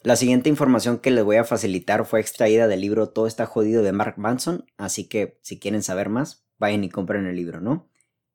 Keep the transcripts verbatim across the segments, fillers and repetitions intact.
La siguiente información que les voy a facilitar fue extraída del libro Todo está jodido de Mark Manson, así que si quieren saber más, vayan y compren el libro, ¿no?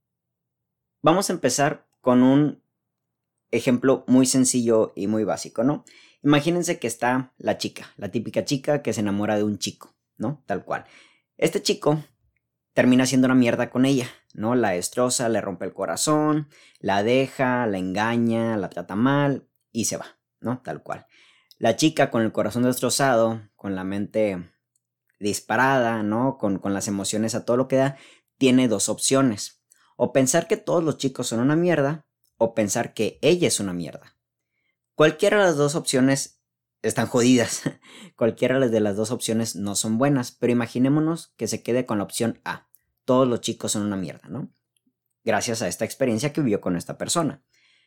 Vamos a empezar con un ejemplo muy sencillo y muy básico, ¿no? Imagínense que está la chica, la típica chica que se enamora de un chico, ¿no? Tal cual. Este chico termina siendo una mierda con ella, ¿no? La destroza, le rompe el corazón, la deja, la engaña, la trata mal y se va, ¿no? Tal cual. La chica con el corazón destrozado, con la mente disparada, ¿no? Con, con las emociones a todo lo que da, tiene dos opciones. O pensar que todos los chicos son una mierda, o pensar que ella es una mierda. Cualquiera de las dos opciones están jodidas. Cualquiera de las dos opciones no son buenas, pero imaginémonos que se quede con la opción A. Todos los chicos son una mierda, ¿no? Gracias a esta experiencia que vivió con esta persona.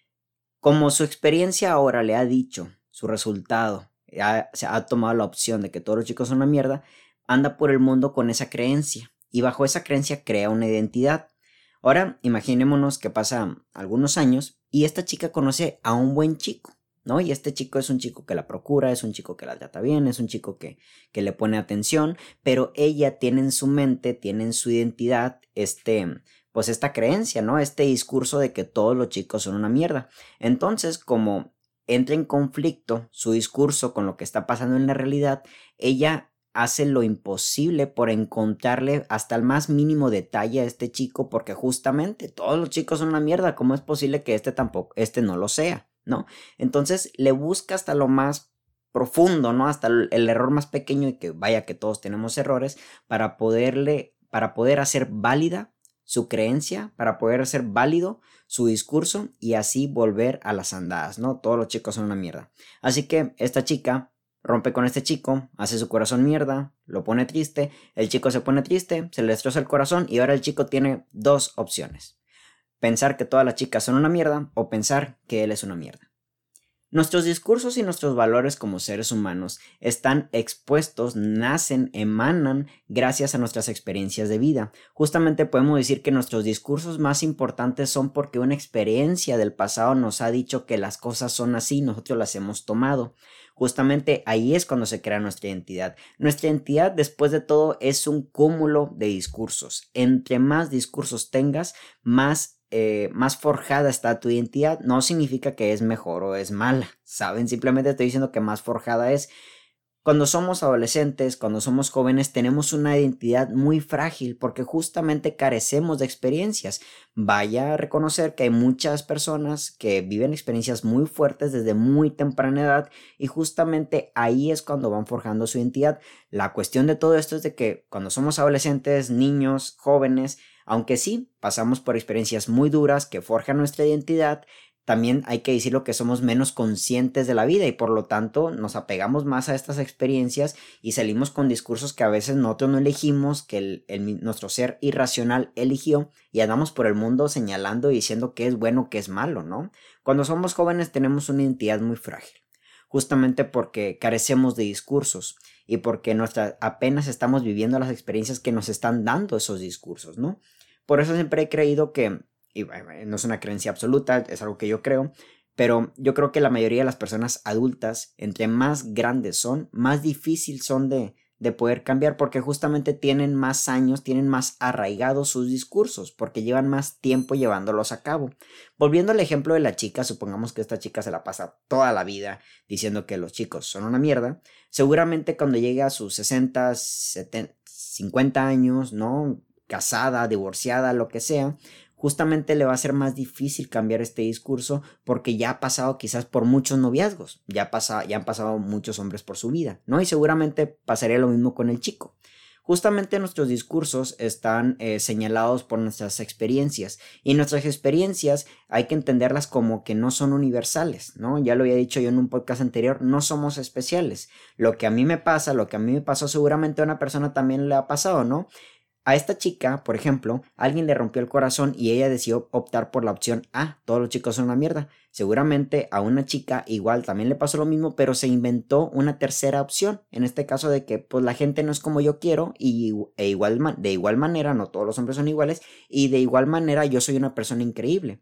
Como su experiencia ahora le ha dicho su resultado, ha, se ha tomado la opción de que todos los chicos son una mierda, anda por el mundo con esa creencia y bajo esa creencia crea una identidad. Ahora imaginémonos que pasan algunos años y esta chica conoce a un buen chico, ¿no? Y este chico es un chico que la procura, es un chico que la trata bien, es un chico que, que le pone atención, pero ella tiene en su mente, tiene en su identidad este, pues esta creencia, ¿no? Este discurso de que todos los chicos son una mierda. Entonces, como entra en conflicto su discurso con lo que está pasando en la realidad, ella hace lo imposible por encontrarle hasta el más mínimo detalle a este chico, porque justamente todos los chicos son una mierda. ¿Cómo es posible que este tampoco, este no lo sea, ¿no? Entonces le busca hasta lo más profundo, ¿no? Hasta el, el error más pequeño, y que vaya que todos tenemos errores, para poderle, para poder hacer válida su creencia, para poder hacer válido su discurso y así volver a las andadas, ¿no? Todos los chicos son una mierda. Así que esta chica rompe con este chico, hace su corazón mierda, lo pone triste, el chico se pone triste, se le destroza el corazón y ahora el chico tiene dos opciones. Pensar que todas las chicas son una mierda o pensar que él es una mierda. Nuestros discursos y nuestros valores como seres humanos están expuestos, nacen, emanan gracias a nuestras experiencias de vida. Justamente podemos decir que nuestros discursos más importantes son porque una experiencia del pasado nos ha dicho que las cosas son así, nosotros las hemos tomado. Justamente ahí es cuando se crea nuestra identidad. Nuestra identidad, después de todo, es un cúmulo de discursos. Entre más discursos tengas, más Eh, más forjada está tu identidad. No significa que es mejor o es mala, ¿saben? Simplemente estoy diciendo que más forjada es. Cuando somos adolescentes, cuando somos jóvenes, tenemos una identidad muy frágil porque justamente carecemos de experiencias. Vaya a reconocer que hay muchas personas que viven experiencias muy fuertes desde muy temprana edad y justamente ahí es cuando van forjando su identidad. La cuestión de todo esto es de que cuando somos adolescentes, niños, jóvenes, aunque sí pasamos por experiencias muy duras que forjan nuestra identidad, también hay que decirlo que somos menos conscientes de la vida y por lo tanto nos apegamos más a estas experiencias y salimos con discursos que a veces nosotros no elegimos, que el, el, nuestro ser irracional eligió y andamos por el mundo señalando y diciendo qué es bueno, qué es malo, ¿no? Cuando somos jóvenes tenemos una identidad muy frágil, justamente porque carecemos de discursos y porque nuestra, apenas estamos viviendo las experiencias que nos están dando esos discursos, ¿no? Por eso siempre he creído que, y no es una creencia absoluta, es algo que yo creo, pero yo creo que la mayoría de las personas adultas, entre más grandes son, más difícil son de, de poder cambiar porque justamente tienen más años, tienen más arraigados sus discursos, porque llevan más tiempo llevándolos a cabo. Volviendo al ejemplo de la chica, supongamos que esta chica se la pasa toda la vida diciendo que los chicos son una mierda, seguramente cuando llegue a sus sesenta, setenta, cincuenta años, ¿no? Casada, divorciada, lo que sea, justamente le va a ser más difícil cambiar este discurso porque ya ha pasado quizás por muchos noviazgos, ya, pasa, ya han pasado muchos hombres por su vida, ¿no? Y seguramente pasaría lo mismo con el chico. Justamente nuestros discursos están eh, señalados por nuestras experiencias y nuestras experiencias hay que entenderlas como que no son universales, ¿no? Ya lo había dicho yo en un podcast anterior, no somos especiales. Lo que a mí me pasa, lo que a mí me pasó seguramente a una persona también le ha pasado, ¿no? A esta chica, por ejemplo, alguien le rompió el corazón y ella decidió optar por la opción A, todos los chicos son una mierda. Seguramente a una chica igual también le pasó lo mismo, pero se inventó una tercera opción, en este caso de que pues la gente no es como yo quiero y e igual, de igual manera, no todos los hombres son iguales y de igual manera yo soy una persona increíble.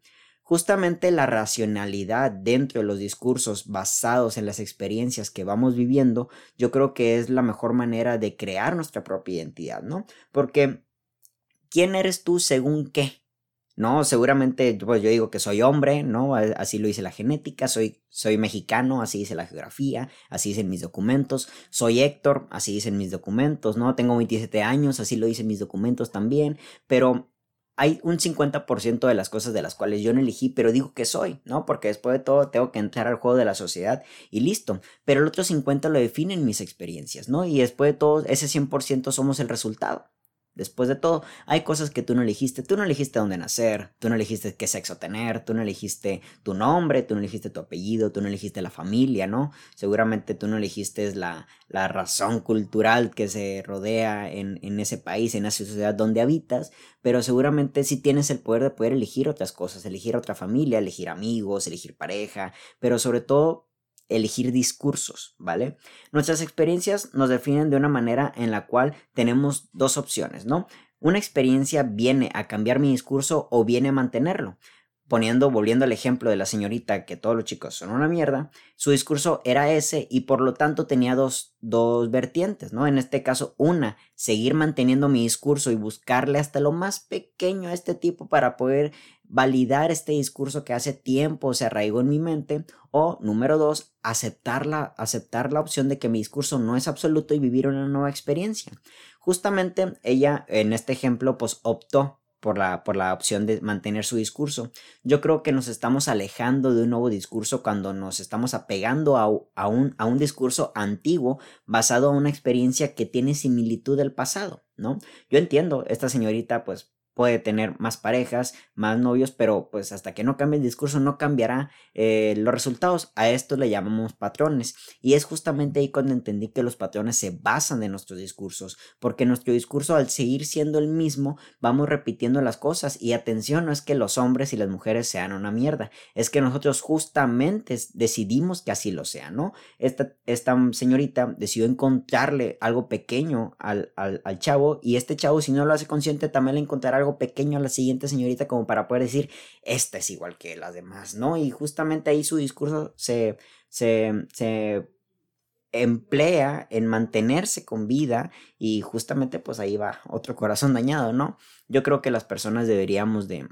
Justamente la racionalidad dentro de los discursos basados en las experiencias que vamos viviendo, yo creo que es la mejor manera de crear nuestra propia identidad, ¿no? Porque ¿quién eres tú según qué? No, seguramente pues yo digo que soy hombre, ¿no? Así lo dice la genética, soy, soy mexicano, así dice la geografía, así dicen mis documentos, soy Héctor, así dicen mis documentos, ¿no? Tengo veintisiete años, así lo dicen mis documentos también, pero hay un cincuenta por ciento de las cosas de las cuales yo no elegí, pero digo que soy, ¿no? Porque después de todo tengo que entrar al juego de la sociedad y listo, pero el otro cincuenta por ciento lo definen mis experiencias, ¿no? Y después de todo, ese cien por ciento somos el resultado. Después de todo, hay cosas que tú no elegiste. Tú no elegiste dónde nacer, tú no elegiste qué sexo tener, tú no elegiste tu nombre, tú no elegiste tu apellido, tú no elegiste la familia, ¿no? Seguramente tú no elegiste la, la razón cultural que se rodea en, en ese país, en esa sociedad donde habitas, pero seguramente sí tienes el poder de poder elegir otras cosas, elegir otra familia, elegir amigos, elegir pareja, pero sobre todo elegir discursos, ¿vale? Nuestras experiencias nos definen de una manera en la cual tenemos dos opciones, ¿no? Una experiencia viene a cambiar mi discurso o viene a mantenerlo. Poniendo, volviendo al ejemplo de la señorita que todos los chicos son una mierda, su discurso era ese y por lo tanto tenía dos, dos vertientes, ¿no? En este caso, una, seguir manteniendo mi discurso y buscarle hasta lo más pequeño a este tipo para poder validar este discurso que hace tiempo se arraigó en mi mente, o número dos, aceptar la, aceptar la opción de que mi discurso no es absoluto y vivir una nueva experiencia. Justamente ella en este ejemplo pues optó por la, por la opción de mantener su discurso. Yo creo que nos estamos alejando de un nuevo discurso cuando nos estamos apegando a, a, un, a un discurso antiguo basado en una experiencia que tiene similitud del pasado, ¿no? Yo entiendo, esta señorita pues puede tener más parejas, más novios, pero pues hasta que no cambie el discurso no cambiará eh, los resultados. A esto le llamamos patrones y es justamente ahí cuando entendí que los patrones se basan en nuestros discursos, porque nuestro discurso al seguir siendo el mismo vamos repitiendo las cosas y atención, no es que los hombres y las mujeres sean una mierda, es que nosotros justamente decidimos que así lo sea, ¿no? Esta, esta señorita decidió encontrarle algo pequeño al, al, al chavo y este chavo si no lo hace consciente también le encontrará algo pequeño a la siguiente señorita como para poder decir, esta es igual que las demás, ¿no? Y justamente ahí su discurso se, se, se emplea en mantenerse con vida y justamente pues ahí va otro corazón dañado, ¿no? Yo creo que las personas deberíamos de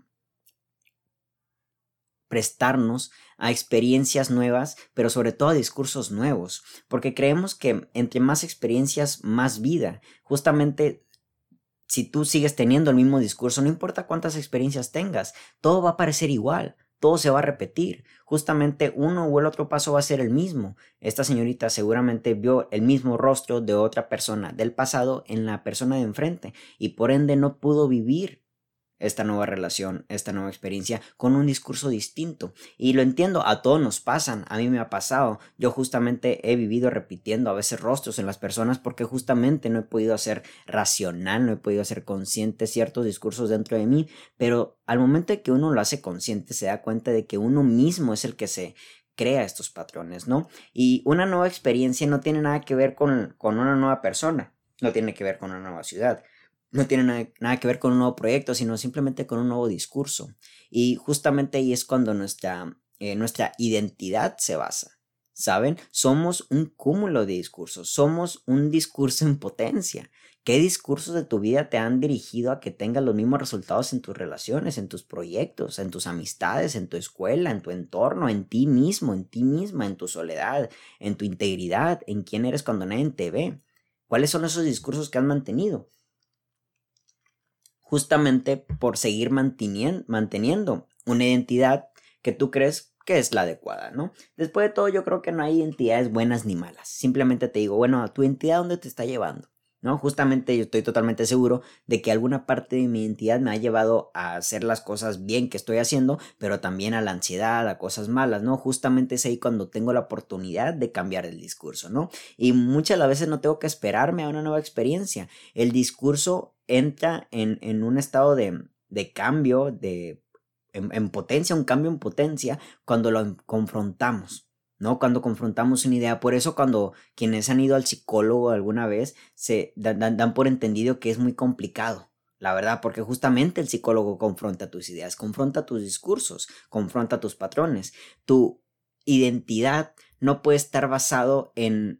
prestarnos a experiencias nuevas, pero sobre todo a discursos nuevos, porque creemos que entre más experiencias, más vida. Justamente si tú sigues teniendo el mismo discurso, no importa cuántas experiencias tengas, todo va a parecer igual, todo se va a repetir. Justamente uno o el otro paso va a ser el mismo. Esta señorita seguramente vio el mismo rostro de otra persona del pasado en la persona de enfrente y por ende no pudo vivir esta nueva relación, esta nueva experiencia con un discurso distinto. Y lo entiendo, a todos nos pasan, a mí me ha pasado. Yo justamente he vivido repitiendo a veces rostros en las personas porque justamente no he podido hacer racional, no he podido hacer consciente ciertos discursos dentro de mí, pero al momento de que uno lo hace consciente se da cuenta de que uno mismo es el que se crea estos patrones, ¿no? Y una nueva experiencia no tiene nada que ver con, con una nueva persona, no tiene que ver con una nueva ciudad. No tiene nada, nada que ver con un nuevo proyecto, sino simplemente con un nuevo discurso. Y justamente ahí es cuando nuestra, eh, nuestra identidad se basa, ¿saben? Somos un cúmulo de discursos, somos un discurso en potencia. ¿Qué discursos de tu vida te han dirigido a que tengas los mismos resultados en tus relaciones, en tus proyectos, en tus amistades, en tu escuela, en tu entorno, en ti mismo, en ti misma, en tu soledad, en tu integridad, en quién eres cuando nadie te ve? ¿Cuáles son esos discursos que has mantenido? Justamente por seguir manteniendo, manteniendo una identidad que tú crees que es la adecuada, ¿no? Después de todo, yo creo que no hay identidades buenas ni malas. Simplemente te digo, bueno, ¿tu identidad dónde te está llevando? ¿No? Justamente yo estoy totalmente seguro de que alguna parte de mi identidad me ha llevado a hacer las cosas bien que estoy haciendo, pero también a la ansiedad, a cosas malas, ¿no? Justamente es ahí cuando tengo la oportunidad de cambiar el discurso, ¿no? Y muchas las veces no tengo que esperarme a una nueva experiencia. El discurso entra en, en un estado de, de cambio, de, en, en potencia, un cambio en potencia, cuando lo confrontamos, ¿no? Cuando confrontamos una idea. Por eso cuando quienes han ido al psicólogo alguna vez se dan, dan, dan por entendido que es muy complicado. La la verdad, porque justamente el psicólogo confronta tus ideas, confronta tus discursos, confronta tus patrones. Tu identidad no puede estar basado en,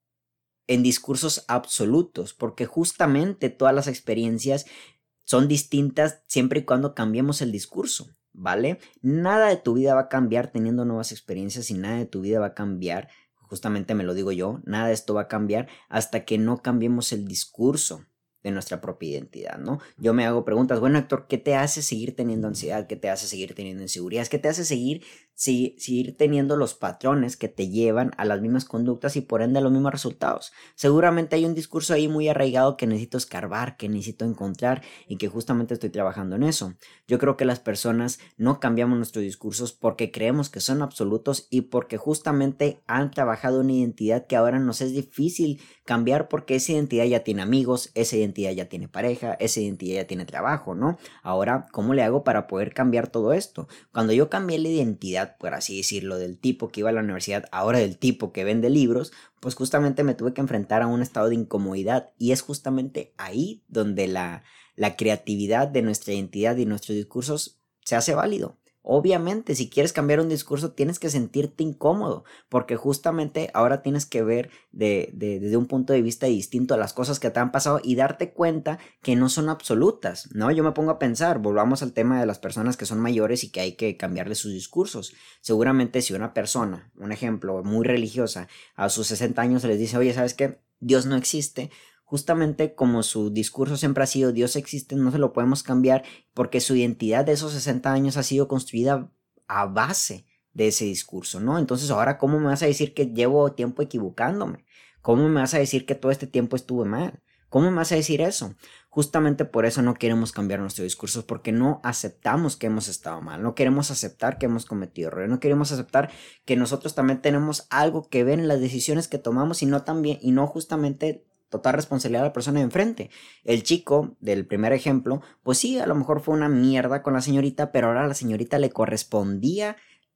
en discursos absolutos, porque justamente todas las experiencias son distintas siempre y cuando cambiemos el discurso, ¿vale? Nada de tu vida va a cambiar teniendo nuevas experiencias y nada de tu vida va a cambiar, justamente me lo digo yo, nada de esto va a cambiar hasta que no cambiemos el discurso de nuestra propia identidad, ¿no? Yo me hago preguntas, bueno, Héctor, ¿qué te hace seguir teniendo ansiedad? ¿Qué te hace seguir teniendo inseguridades? ¿Qué te hace seguir, si, seguir teniendo los patrones que te llevan a las mismas conductas y por ende a los mismos resultados? Seguramente hay un discurso ahí muy arraigado que necesito escarbar, que necesito encontrar y que justamente estoy trabajando en eso. Yo creo que las personas no cambiamos nuestros discursos porque creemos que son absolutos y porque justamente han trabajado una identidad que ahora nos es difícil cambiar porque esa identidad ya tiene amigos, esa identidad ya tiene pareja, esa identidad ya tiene trabajo, ¿no? Ahora, ¿cómo le hago para poder cambiar todo esto? Cuando yo cambié la identidad, por así decirlo, del tipo que iba a la universidad, ahora del tipo que vende libros, pues justamente me tuve que enfrentar a un estado de incomodidad y es justamente ahí donde la, la creatividad de nuestra identidad y nuestros discursos se hace válido. Obviamente, si quieres cambiar un discurso, tienes que sentirte incómodo, porque justamente ahora tienes que ver de, de, desde un punto de vista distinto a las cosas que te han pasado y darte cuenta que no son absolutas, ¿no? Yo me pongo a pensar, volvamos al tema de las personas que son mayores y que hay que cambiarle sus discursos. Seguramente si una persona, un ejemplo, muy religiosa, a sus sesenta años les dice, oye, ¿sabes qué? Dios no existe. Justamente como su discurso siempre ha sido Dios existe, no se lo podemos cambiar porque su identidad de esos sesenta años ha sido construida a base de ese discurso, ¿no? Entonces ahora, ¿cómo me vas a decir que llevo tiempo equivocándome? ¿Cómo me vas a decir que todo este tiempo estuve mal? ¿Cómo me vas a decir eso? Justamente por eso no queremos cambiar nuestros discursos, porque no aceptamos que hemos estado mal, no queremos aceptar que hemos cometido errores, no queremos aceptar que nosotros también tenemos algo que ver en las decisiones que tomamos y no también, y no justamente total responsabilidad de la persona de enfrente. El chico del primer ejemplo, pues sí, a lo mejor fue una mierda con la señorita, pero ahora a la señorita le correspondía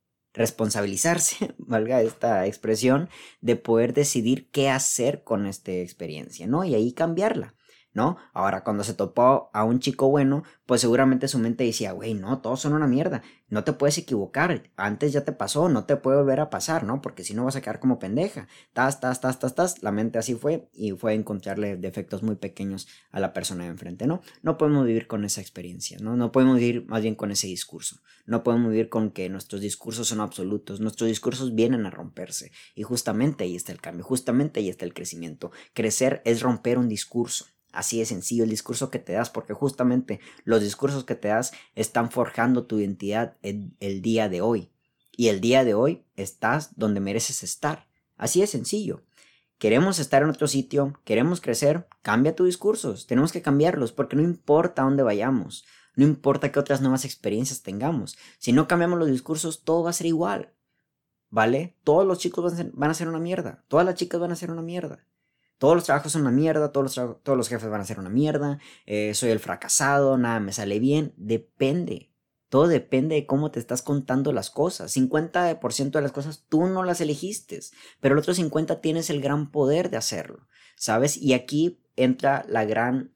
responsabilizarse, valga esta expresión, de poder decidir qué hacer con esta experiencia, ¿no? Y ahí cambiarla, ¿no? Ahora, cuando se topó a un chico bueno, pues seguramente su mente decía, güey, no, todos son una mierda, no te puedes equivocar, antes ya te pasó, no te puede volver a pasar, ¿no? Porque si no vas a quedar como pendeja, tas, tas, tas, tas, tas, la mente así fue y fue encontrarle defectos muy pequeños a la persona de enfrente, ¿no? No podemos vivir con esa experiencia, ¿no? No podemos vivir más bien con ese discurso, no podemos vivir con que nuestros discursos son absolutos, nuestros discursos vienen a romperse y justamente ahí está el cambio, justamente ahí está el crecimiento. Crecer es romper un discurso. Así de sencillo el discurso que te das, porque justamente los discursos que te das están forjando tu identidad el, el día de hoy. Y el día de hoy estás donde mereces estar. Así de sencillo. Queremos estar en otro sitio, queremos crecer, cambia tus discursos. Tenemos que cambiarlos porque no importa dónde vayamos, no importa qué otras nuevas experiencias tengamos. Si no cambiamos los discursos, todo va a ser igual. ¿Vale? Todos los chicos van a ser, van a ser una mierda. Todas las chicas van a ser una mierda. Todos los trabajos son una mierda, todos los, todos los jefes van a ser una mierda, eh, soy el fracasado, nada me sale bien. Depende. Todo depende de cómo te estás contando las cosas. cincuenta por ciento de las cosas tú no las elegiste, pero el otro cincuenta por ciento tienes el gran poder de hacerlo, ¿sabes? Y aquí entra la gran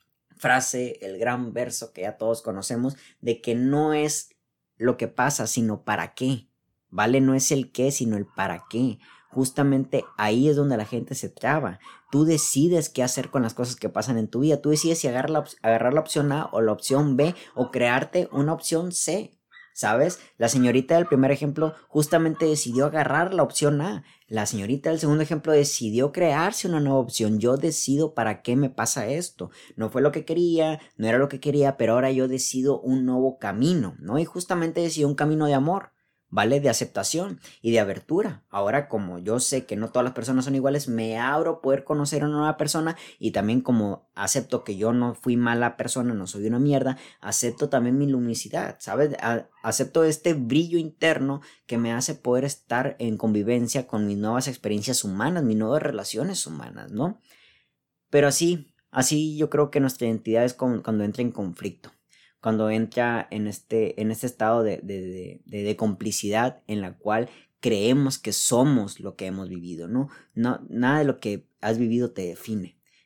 frase, el gran verso que ya todos conocemos, de que no es lo que pasa, sino para qué, ¿vale? No es el qué, sino el para qué. Justamente ahí es donde la gente se traba. Tú decides qué hacer con las cosas que pasan en tu vida. Tú decides si agarrar la, agarrar la opción A o la opción B o crearte una opción C. ¿Sabes? La señorita del primer ejemplo justamente decidió agarrar la opción A. La señorita del segundo ejemplo decidió crearse una nueva opción. Yo decido para qué me pasa esto. No fue lo que quería, no era lo que quería, pero ahora yo decido un nuevo camino, ¿no? Y justamente decidió un camino de amor. ¿Vale? De aceptación y de abertura. Ahora, como yo sé que no todas las personas son iguales, me abro a poder conocer a una nueva persona y también como acepto que yo no fui mala persona, no soy una mierda, acepto también mi luminosidad, ¿sabes? A- acepto este brillo interno que me hace poder estar en convivencia con mis nuevas experiencias humanas, mis nuevas relaciones humanas, ¿no? Pero así, así yo creo que nuestra identidad es como cuando entra en conflicto. Cuando entra en este, en este estado de, de, de, de, de complicidad en la cual creemos que somos lo que hemos vivido, ¿no? No, nada de lo que has vivido te define.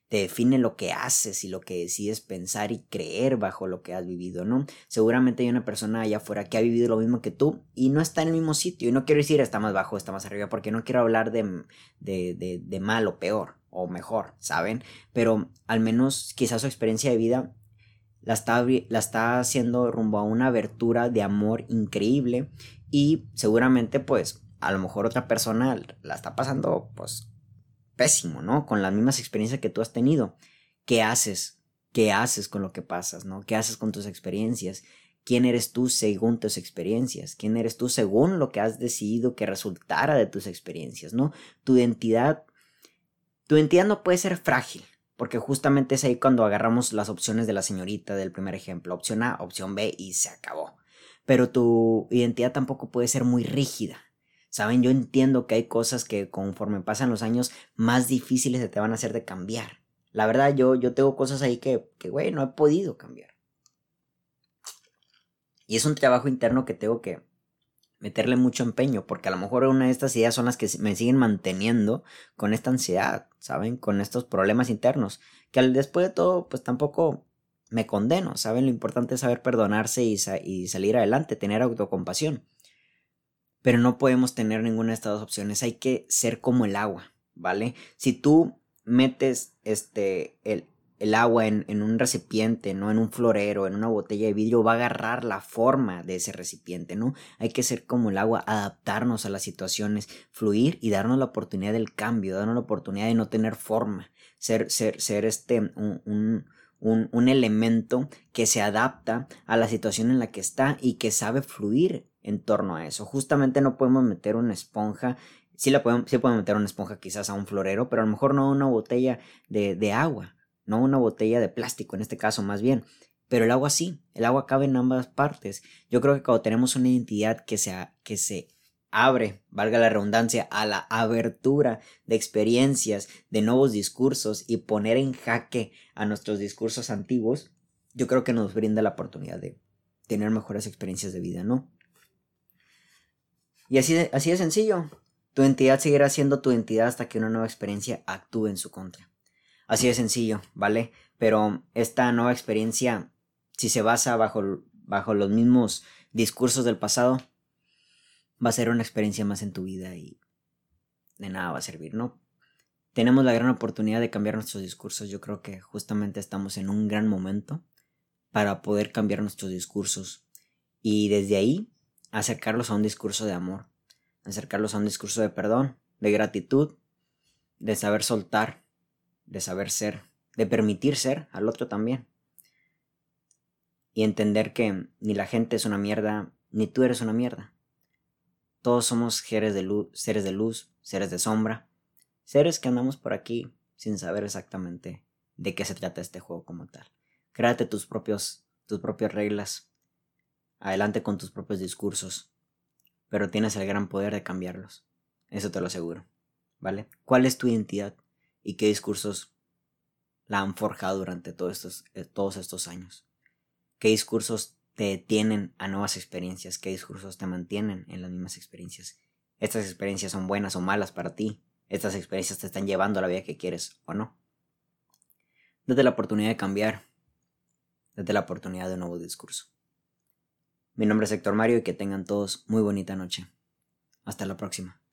te define lo que haces y lo que decides pensar y creer bajo lo que has vivido, ¿no? Seguramente hay una persona allá afuera que ha vivido lo mismo que tú y no está en el mismo sitio. Y no quiero decir está más bajo, está más arriba, porque no quiero hablar de, de, de, de mal o peor o mejor, ¿saben? Pero al menos quizás su experiencia de vida la está, la está haciendo rumbo a una abertura de amor increíble y seguramente pues a lo mejor otra persona la está pasando pues pésimo, ¿no? Con las mismas experiencias que tú has tenido. ¿Qué haces? ¿Qué haces con lo que pasas, ¿no? ¿Qué haces con tus experiencias? ¿Quién eres tú según tus experiencias? ¿Quién eres tú según lo que has decidido que resultara de tus experiencias, ¿no? Tu identidad, tu identidad no puede ser frágil, porque justamente es ahí cuando agarramos las opciones de la señorita del primer ejemplo, opción A, opción B y se acabó. Pero tu identidad tampoco puede ser muy rígida. Saben, yo entiendo que hay cosas que conforme pasan los años más difíciles se te van a hacer de cambiar. La verdad, yo, yo tengo cosas ahí que, que, güey, no he podido cambiar. Y es un trabajo interno que tengo que meterle mucho empeño, porque a lo mejor una de estas ideas son las que me siguen manteniendo con esta ansiedad, ¿saben? Con estos problemas internos, que al después de todo, pues tampoco me condeno, ¿saben? Lo importante es saber perdonarse y, sa y salir adelante, tener autocompasión. Pero no podemos tener ninguna de estas dos opciones, hay que ser como el agua, ¿vale? Si tú metes este, el, el agua en, en un recipiente, no en un florero, en una botella de vidrio, va a agarrar la forma de ese recipiente, ¿no? Hay que ser como el agua, adaptarnos a las situaciones, fluir y darnos la oportunidad del cambio, darnos la oportunidad de no tener forma, ser, ser, ser este, un, un Un, un elemento que se adapta a la situación en la que está y que sabe fluir en torno a eso. Justamente no podemos meter una esponja, sí, la podemos, sí podemos meter una esponja quizás a un florero, pero a lo mejor no una botella de, de agua, no una botella de plástico en este caso más bien. Pero el agua sí, el agua cabe en ambas partes. Yo creo que cuando tenemos una identidad que se, que se abre, valga la redundancia, a la abertura de experiencias, de nuevos discursos y poner en jaque a nuestros discursos antiguos, yo creo que nos brinda la oportunidad de tener mejores experiencias de vida, ¿no? Y así de, así de sencillo, tu identidad seguirá siendo tu identidad hasta que una nueva experiencia actúe en su contra. Así de sencillo, ¿vale? Pero esta nueva experiencia, si se basa bajo, bajo los mismos discursos del pasado, va a ser una experiencia más en tu vida y de nada va a servir, ¿no? Tenemos la gran oportunidad de cambiar nuestros discursos. Yo creo que justamente estamos en un gran momento para poder cambiar nuestros discursos y desde ahí acercarlos a un discurso de amor, acercarlos a un discurso de perdón, de gratitud, de saber soltar, de saber ser, de permitir ser al otro también y entender que ni la gente es una mierda, ni tú eres una mierda. Todos somos seres de luz, seres de luz, seres de sombra, seres que andamos por aquí sin saber exactamente de qué se trata este juego como tal. Créate tus propios, tus propias reglas, adelante con tus propios discursos, pero tienes el gran poder de cambiarlos. Eso te lo aseguro, ¿vale? ¿Cuál es tu identidad y qué discursos la han forjado durante todos estos, eh, todos estos años? ¿Qué discursos te detienen a nuevas experiencias? ¿Qué discursos te mantienen en las mismas experiencias? ¿Estas experiencias son buenas o malas para ti? ¿Estas experiencias te están llevando a la vida que quieres o no? Date la oportunidad de cambiar. Date la oportunidad de un nuevo discurso. Mi nombre es Héctor Mario y que tengan todos muy bonita noche. Hasta la próxima.